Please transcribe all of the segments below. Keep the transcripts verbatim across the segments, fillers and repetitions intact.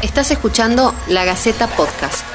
Estás escuchando La Gaceta Podcast.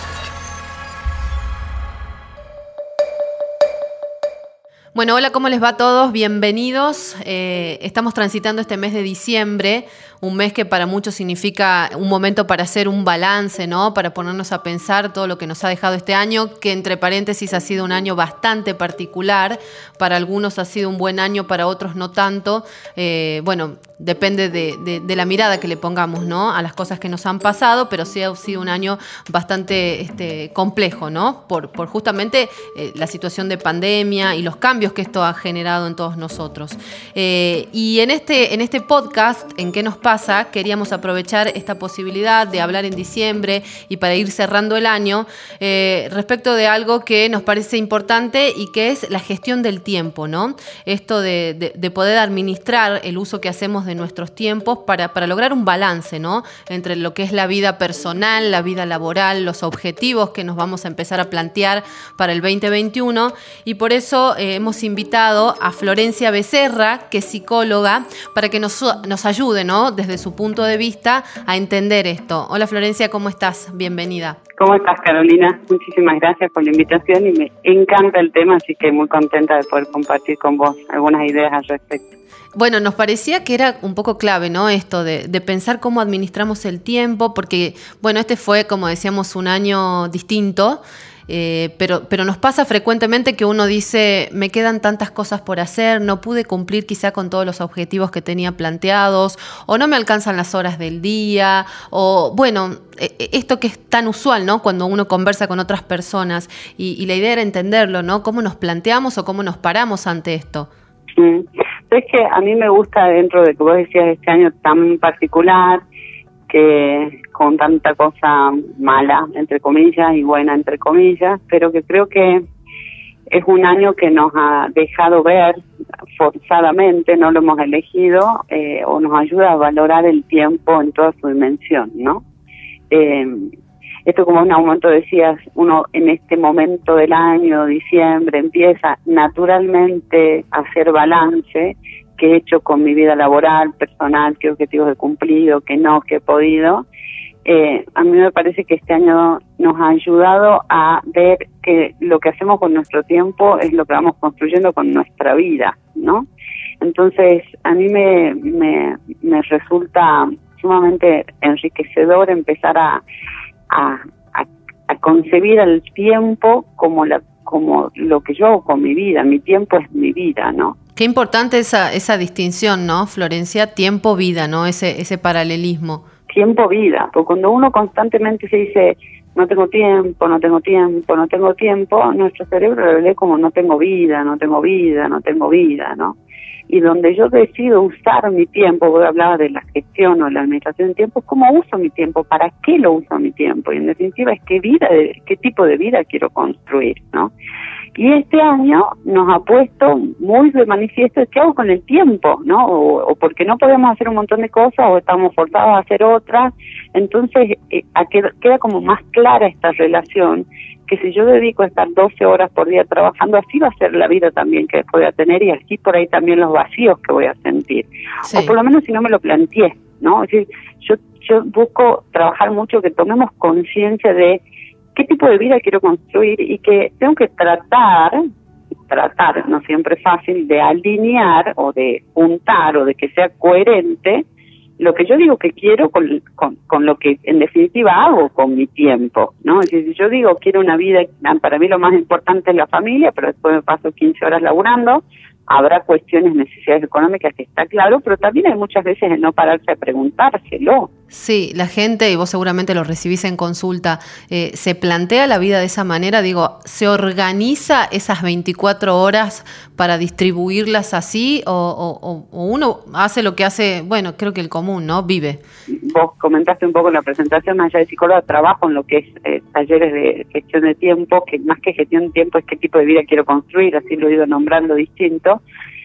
Bueno, hola, ¿cómo les va a todos? Bienvenidos. Eh, estamos transitando este mes de diciembre, un mes que para muchos significa un momento para hacer un balance, ¿no? Para ponernos a pensar todo lo que nos ha dejado este año, que entre paréntesis ha sido un año bastante particular. Para algunos ha sido un buen año, para otros no tanto. Eh, bueno, depende de, de, de la mirada que le pongamos, ¿no? A las cosas que nos han pasado, pero sí ha sido un año bastante este, complejo, ¿no? Por, por justamente eh, la situación de pandemia y los cambios que esto ha generado en todos nosotros. Eh, y en este, en este podcast, ¿En qué nos pasa?, queríamos aprovechar esta posibilidad de hablar en diciembre y para ir cerrando el año eh, respecto de algo que nos parece importante y que es la gestión del tiempo, ¿no? Esto de, de, de poder administrar el uso que hacemos de nuestros tiempos para, para lograr un balance, ¿no? Entre lo que es la vida personal, la vida laboral, los objetivos que nos vamos a empezar a plantear para el veinte veintiuno, y por eso eh, hemos invitado a Florencia Becerra, que es psicóloga, para que nos, nos ayude, ¿no? Desde su punto de vista a entender esto. Hola Florencia, ¿cómo estás? Bienvenida. ¿Cómo estás, Carolina? Muchísimas gracias por la invitación y me encanta el tema, así que muy contenta de poder compartir con vos algunas ideas al respecto. Bueno, nos parecía que era un poco clave, ¿no? Esto de, de pensar cómo administramos el tiempo, porque, bueno, este fue, como decíamos, un año distinto. Eh, pero, pero nos pasa frecuentemente que uno dice, me quedan tantas cosas por hacer, no pude cumplir quizá con todos los objetivos que tenía planteados, o no me alcanzan las horas del día, o bueno, esto que es tan usual, ¿no? Cuando uno conversa con otras personas, y, y la idea era entenderlo, ¿no? Cómo nos planteamos o cómo nos paramos ante esto. Mm. Es que a mí me gusta, dentro de que vos decías, este año tan particular, que con tanta cosa mala, entre comillas, y buena, entre comillas, pero que creo que es un año que nos ha dejado ver forzadamente, no lo hemos elegido, eh, o nos ayuda a valorar el tiempo en toda su dimensión, ¿no? Eh, esto, como en un momento decías, uno en este momento del año, diciembre, empieza naturalmente a hacer balance, qué he hecho con mi vida laboral, personal, qué objetivos he cumplido, qué no, qué he podido. Eh, a mí me parece que este año nos ha ayudado a ver que lo que hacemos con nuestro tiempo es lo que vamos construyendo con nuestra vida, ¿no? Entonces, a mí me, me, me resulta sumamente enriquecedor empezar a, a, a, a concebir el tiempo como, la, como lo que yo hago con mi vida. Mi tiempo es mi vida, ¿no? Qué importante esa esa distinción, ¿no, Florencia? Tiempo-vida, ¿no? Ese ese paralelismo. Tiempo-vida, porque cuando uno constantemente se dice, no tengo tiempo, no tengo tiempo, no tengo tiempo, nuestro cerebro lo lee como no tengo vida, no tengo vida, no tengo vida, ¿no? Y donde yo decido usar mi tiempo, vos hablabas de la gestión o la administración del tiempo, ¿cómo uso mi tiempo? ¿Para qué lo uso mi tiempo? Y en definitiva es qué vida, qué tipo de vida quiero construir, ¿no? Y este año nos ha puesto muy de manifiesto qué hago con el tiempo, ¿no? O, o porque no podemos hacer un montón de cosas o estamos forzados a hacer otras. Entonces eh, a queda, queda como más clara esta relación, que si yo dedico a estar doce horas por día trabajando, así va a ser la vida también que voy a tener, y así por ahí también los vacíos que voy a sentir. Sí. O por lo menos si no me lo planteé, ¿no? Es decir, yo, yo busco trabajar mucho, que tomemos conciencia de qué tipo de vida quiero construir, y que tengo que tratar, tratar, no siempre es fácil, de alinear o de juntar o de que sea coherente lo que yo digo que quiero con, con, con lo que en definitiva hago con mi tiempo, ¿no? Es decir, si yo digo quiero una vida, para mí lo más importante es la familia, pero después me paso quince horas laburando, habrá cuestiones, necesidades económicas, que está claro, pero también hay muchas veces el no pararse a preguntárselo. Sí, la gente, y vos seguramente lo recibís en consulta, eh, ¿se plantea la vida de esa manera? Digo, ¿se organiza esas veinticuatro horas para distribuirlas así? ¿O, o, o uno hace lo que hace, bueno, creo que el común, ¿no? Vive. Vos comentaste un poco en la presentación, más allá de psicóloga, trabajo en lo que es eh, talleres de gestión de tiempo, que más que gestión de tiempo es qué tipo de vida quiero construir, así lo he ido nombrando distinto.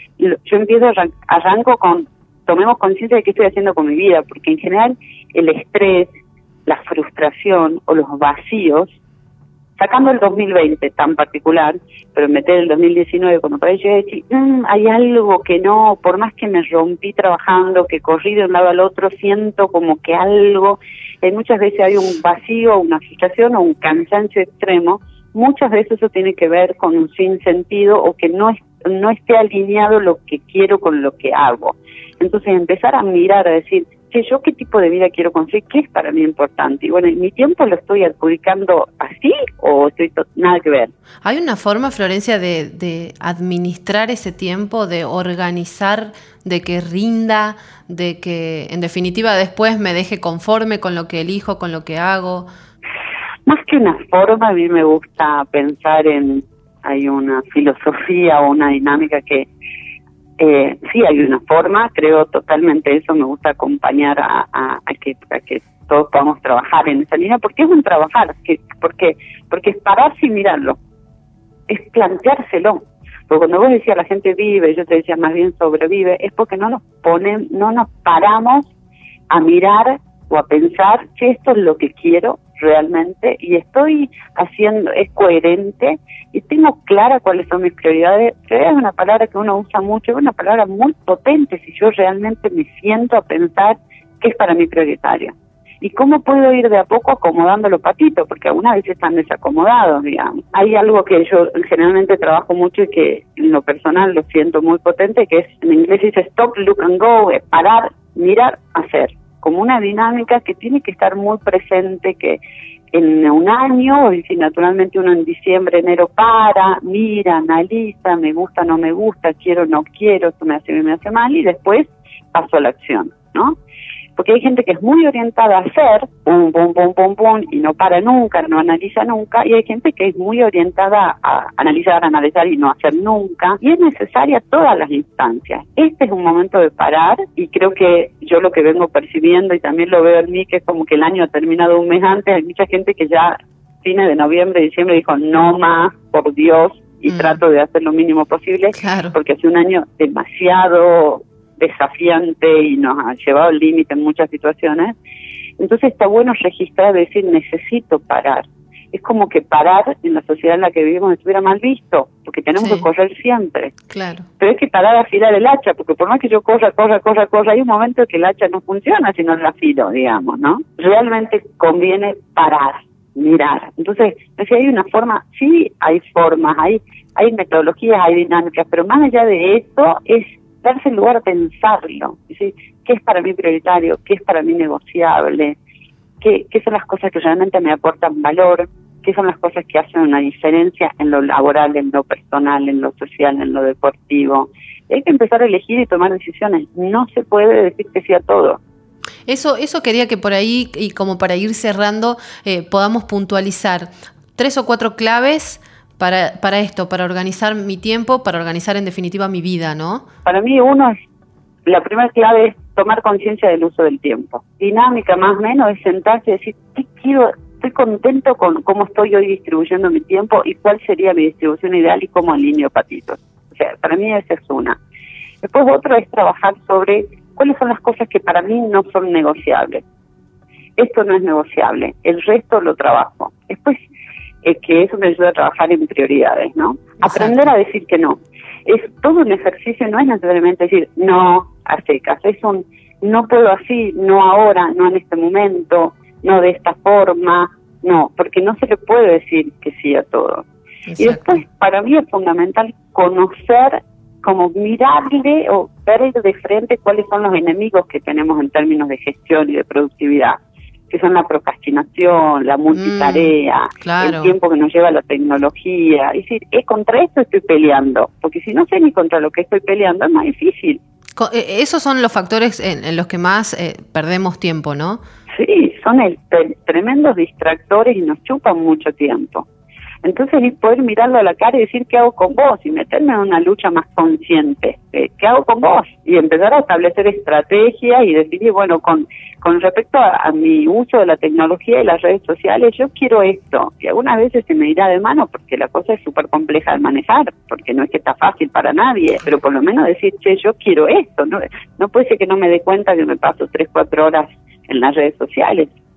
Yo empiezo, arranco con, tomemos conciencia de qué estoy haciendo con mi vida, porque en general el estrés, la frustración o los vacíos sacando el dos mil veinte tan particular, pero meter el dos mil diecinueve cuando para ello decir, mmm, hay algo que no, por más que me rompí trabajando, que corrí de un lado al otro, siento como que algo, eh, muchas veces hay un vacío, una frustración o un cansancio extremo, muchas veces eso tiene que ver con un sinsentido o que no, es, no esté alineado lo que quiero con lo que hago. Entonces empezar a mirar, a decir, yo qué tipo de vida quiero conseguir, qué es para mí importante. Y bueno, ¿mi tiempo lo estoy adjudicando así o estoy to- nada que ver? ¿Hay una forma, Florencia, de, de administrar ese tiempo, de organizar, de que rinda, de que en definitiva después me deje conforme con lo que elijo, con lo que hago? Más que una forma, a mí me gusta pensar en, hay una filosofía o una dinámica que Eh, sí hay una forma, creo totalmente eso, me gusta acompañar a, a, a, que, a que todos podamos trabajar en esa línea, porque es un trabajar, que, porque, porque es pararse y mirarlo, es planteárselo, porque cuando vos decías la gente vive, yo te decía más bien sobrevive, es porque no nos ponen, no nos paramos a mirar o a pensar que esto es lo que quiero realmente y estoy haciendo, es coherente y tengo clara cuáles son mis prioridades. Prioridad es una palabra que uno usa mucho, es una palabra muy potente si yo realmente me siento a pensar qué es para mí prioritario. ¿Y cómo puedo ir de a poco acomodando los patitos? Porque algunas veces están desacomodados, digamos. Hay algo que yo generalmente trabajo mucho y que en lo personal lo siento muy potente, que es, en inglés dice stop, look and go, es parar, mirar, hacer. Como una dinámica que tiene que estar muy presente, que en un año, y si naturalmente uno en diciembre, enero para, mira, analiza, me gusta, no me gusta, quiero, no quiero, esto me hace bien, me hace mal, y después paso a la acción, ¿no? Porque hay gente que es muy orientada a hacer, pum, pum, pum, pum, pum, y no para nunca, no analiza nunca, y hay gente que es muy orientada a analizar, analizar y no hacer nunca, y es necesaria todas las instancias. Este es un momento de parar, y creo que yo lo que vengo percibiendo, y también lo veo en mí, que es como que el año ha terminado un mes antes, hay mucha gente que ya, fines de noviembre, diciembre, dijo, no más, por Dios, y mm. trato de hacer lo mínimo posible, claro. Porque hace un año demasiado desafiante y nos ha llevado al límite en muchas situaciones. Entonces está bueno registrar, decir, necesito parar. Es como que parar en la sociedad en la que vivimos estuviera mal visto, porque tenemos sí. que correr siempre. Claro. Pero es que parar a afilar el hacha, porque por más que yo corra, corra, corra, corra, hay un momento que el hacha no funciona si no la afilo, digamos, ¿no? Realmente conviene parar, mirar. Entonces, si hay una forma, sí hay formas, hay, hay metodologías, hay dinámicas, pero más allá de eso es darse el lugar a pensarlo, es decir, qué es para mí prioritario, qué es para mí negociable, qué, qué son las cosas que realmente me aportan valor, qué son las cosas que hacen una diferencia en lo laboral, en lo personal, en lo social, en lo deportivo. Y hay que empezar a elegir y tomar decisiones, no se puede decir que sí a todo. Eso, eso quería que por ahí, y como para ir cerrando, eh, podamos puntualizar tres o cuatro claves Para, para esto, para organizar mi tiempo, para organizar en definitiva mi vida, ¿no? Para mí uno es, la primera clave es tomar conciencia del uso del tiempo. Dinámica más o menos es sentarse y decir, ¿qué quiero? Estoy contento con cómo estoy hoy distribuyendo mi tiempo y cuál sería mi distribución ideal y cómo alineo patitos. O sea, para mí esa es una. Después otro es trabajar sobre cuáles son las cosas que para mí no son negociables. Esto no es negociable, el resto lo trabajo. Después Eh, que eso me ayuda a trabajar en prioridades, ¿no? Exacto. Aprender a decir que no. Es todo un ejercicio, no es necesariamente decir no a secas, es un no puedo así, no ahora, no en este momento, no de esta forma, no, porque no se le puede decir que sí a todo. Exacto. Y después, para mí es fundamental conocer, como mirarle o ver de frente cuáles son los enemigos que tenemos en términos de gestión y de productividad, que son la procrastinación, la multitarea, mm, claro. el tiempo que nos lleva la tecnología. Es decir, eh, contra esto estoy peleando, porque si no sé ni contra lo que estoy peleando es más difícil. Esos son los factores en, en los que más eh, perdemos tiempo, ¿no? Sí, son el, el, tremendos distractores y nos chupan mucho tiempo. Entonces, es poder mirarlo a la cara y decir, ¿qué hago con vos? Y meterme en una lucha más consciente. Eh, ¿Qué hago con vos? Y empezar a establecer estrategias y definir, bueno, con con respecto a, a mi uso de la tecnología y las redes sociales, yo quiero esto. Y algunas veces se me irá de mano porque la cosa es súper compleja de manejar, porque no es que está fácil para nadie, pero por lo menos decir, che, yo quiero esto. No, no puede ser que no me dé cuenta que me paso tres, cuatro horas en las redes sociales.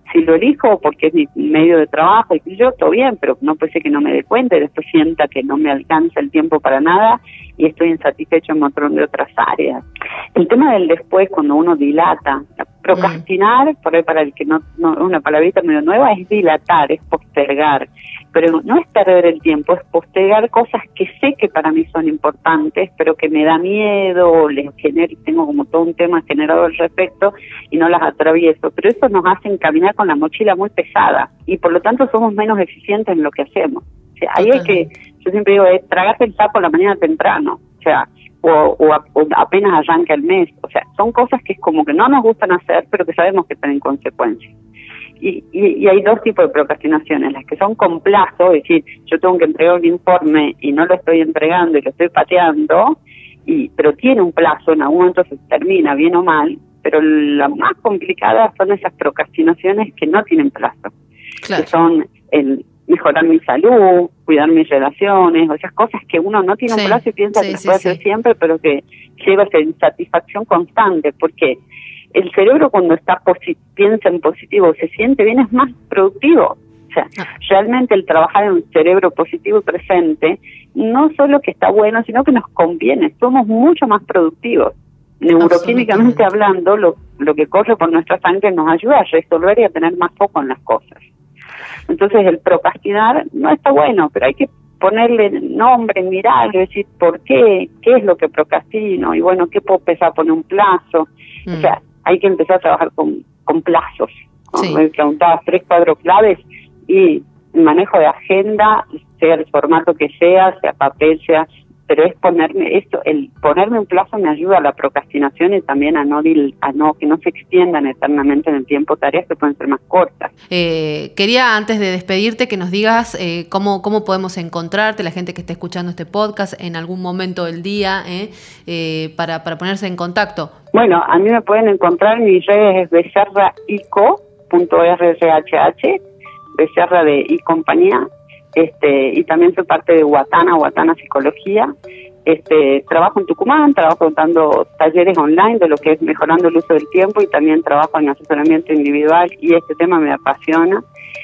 si lo elijo porque es mi medio de trabajo y yo, todo bien, pero no puede ser que no me dé cuenta y después sienta que no me alcanza el tiempo para nada y estoy insatisfecho en un montón de otras áreas. El tema del después, cuando uno dilata, procrastinar, mm. por ahí para el que no, no, una palabrita medio nueva, es dilatar, es postergar. Pero no es perder el tiempo, es postergar cosas que sé que para mí son importantes, pero que me da miedo, o les genero, tengo como todo un tema generado al respecto y no las atravieso. Pero eso nos hace caminar con la mochila muy pesada y por lo tanto somos menos eficientes en lo que hacemos. O sea, ahí hay que, yo siempre digo, es tragarse el sapo a la mañana temprano, o sea, o, o, o apenas arranca el mes. O sea, son cosas que es como que no nos gustan hacer, pero que sabemos que tienen consecuencias. Y, y, y hay dos tipos de procrastinaciones, las que son con plazo, es decir, yo tengo que entregar un informe y no lo estoy entregando y lo estoy pateando, y pero tiene un plazo, en algún momento se termina, bien o mal, pero la más complicada son esas procrastinaciones que no tienen plazo, claro. que son el mejorar mi salud, cuidar mis relaciones, o esas cosas que uno no tiene sí, un plazo y piensa sí, que las sí, puede sí. hacer siempre, pero que lleva esa insatisfacción constante, porque el cerebro cuando está posi- piensa en positivo, se siente bien, es más productivo. O sea, ah. realmente el trabajar en un cerebro positivo y presente, no solo que está bueno, sino que nos conviene, somos mucho más productivos. Neuroquímicamente hablando, lo, lo que corre por nuestra sangre nos ayuda a resolver y a tener más foco en las cosas. Entonces el procrastinar no está bueno, pero hay que ponerle nombre, mirar, decir por qué, qué es lo que procrastino y bueno, qué puedo empezar a poner un plazo. Mm. O sea, hay que empezar a trabajar con, con plazos. Sí. Me preguntabas tres cuadros claves y el manejo de agenda, sea el formato que sea, sea papel, sea, pero es ponerme esto, el ponerme un plazo me ayuda a la procrastinación y también a no, a no que no se extiendan eternamente en el tiempo tareas que pueden ser más cortas. Eh, quería antes de despedirte que nos digas eh, cómo cómo podemos encontrarte, la gente que esté escuchando este podcast en algún momento del día, eh, eh, para, para ponerse en contacto. Bueno, a mí me pueden encontrar en mis redes es becerra ico punto r c h h, Becerra de y compañía. Este, y también soy parte de Guatana, Guatana Psicología. Este, trabajo en Tucumán, trabajo dando talleres online de lo que es mejorando el uso del tiempo y también trabajo en asesoramiento individual y este tema me apasiona.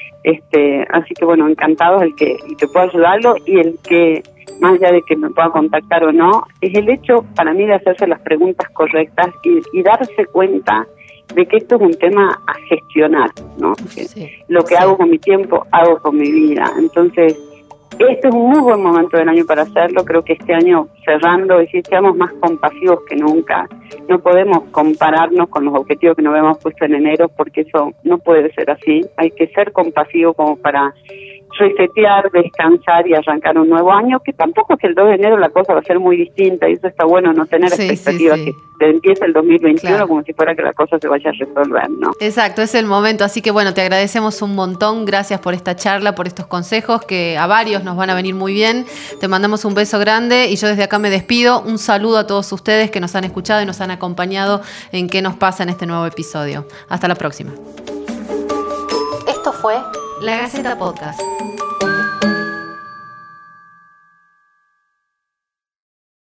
Este, así que bueno, encantado el que, el que pueda ayudarlo y el que, más allá de que me pueda contactar o no, es el hecho para mí de hacerse las preguntas correctas y, y darse cuenta de que esto es un tema a gestionar, ¿no? Sí, lo que sí. hago con mi tiempo, hago con mi vida. Entonces, este es un muy buen momento del año para hacerlo. Creo que este año, cerrando, es decir, seamos más compasivos que nunca. No podemos compararnos con los objetivos que nos habíamos puesto en enero, porque eso no puede ser así. Hay que ser compasivos como para resetear, descansar y arrancar un nuevo año, que tampoco es que el dos de enero la cosa va a ser muy distinta, y eso está bueno, no tener sí, expectativas sí, sí. que empiece el dos mil veintiuno claro. como si fuera que la cosa se vaya a resolver, ¿no? Exacto, es el momento, así que bueno, te agradecemos un montón, gracias por esta charla, por estos consejos que a varios nos van a venir muy bien, te mandamos un beso grande y yo desde acá me despido, un saludo a todos ustedes que nos han escuchado y nos han acompañado en qué nos pasa en este nuevo episodio. Hasta la próxima. Esto fue La Gaceta Podcast.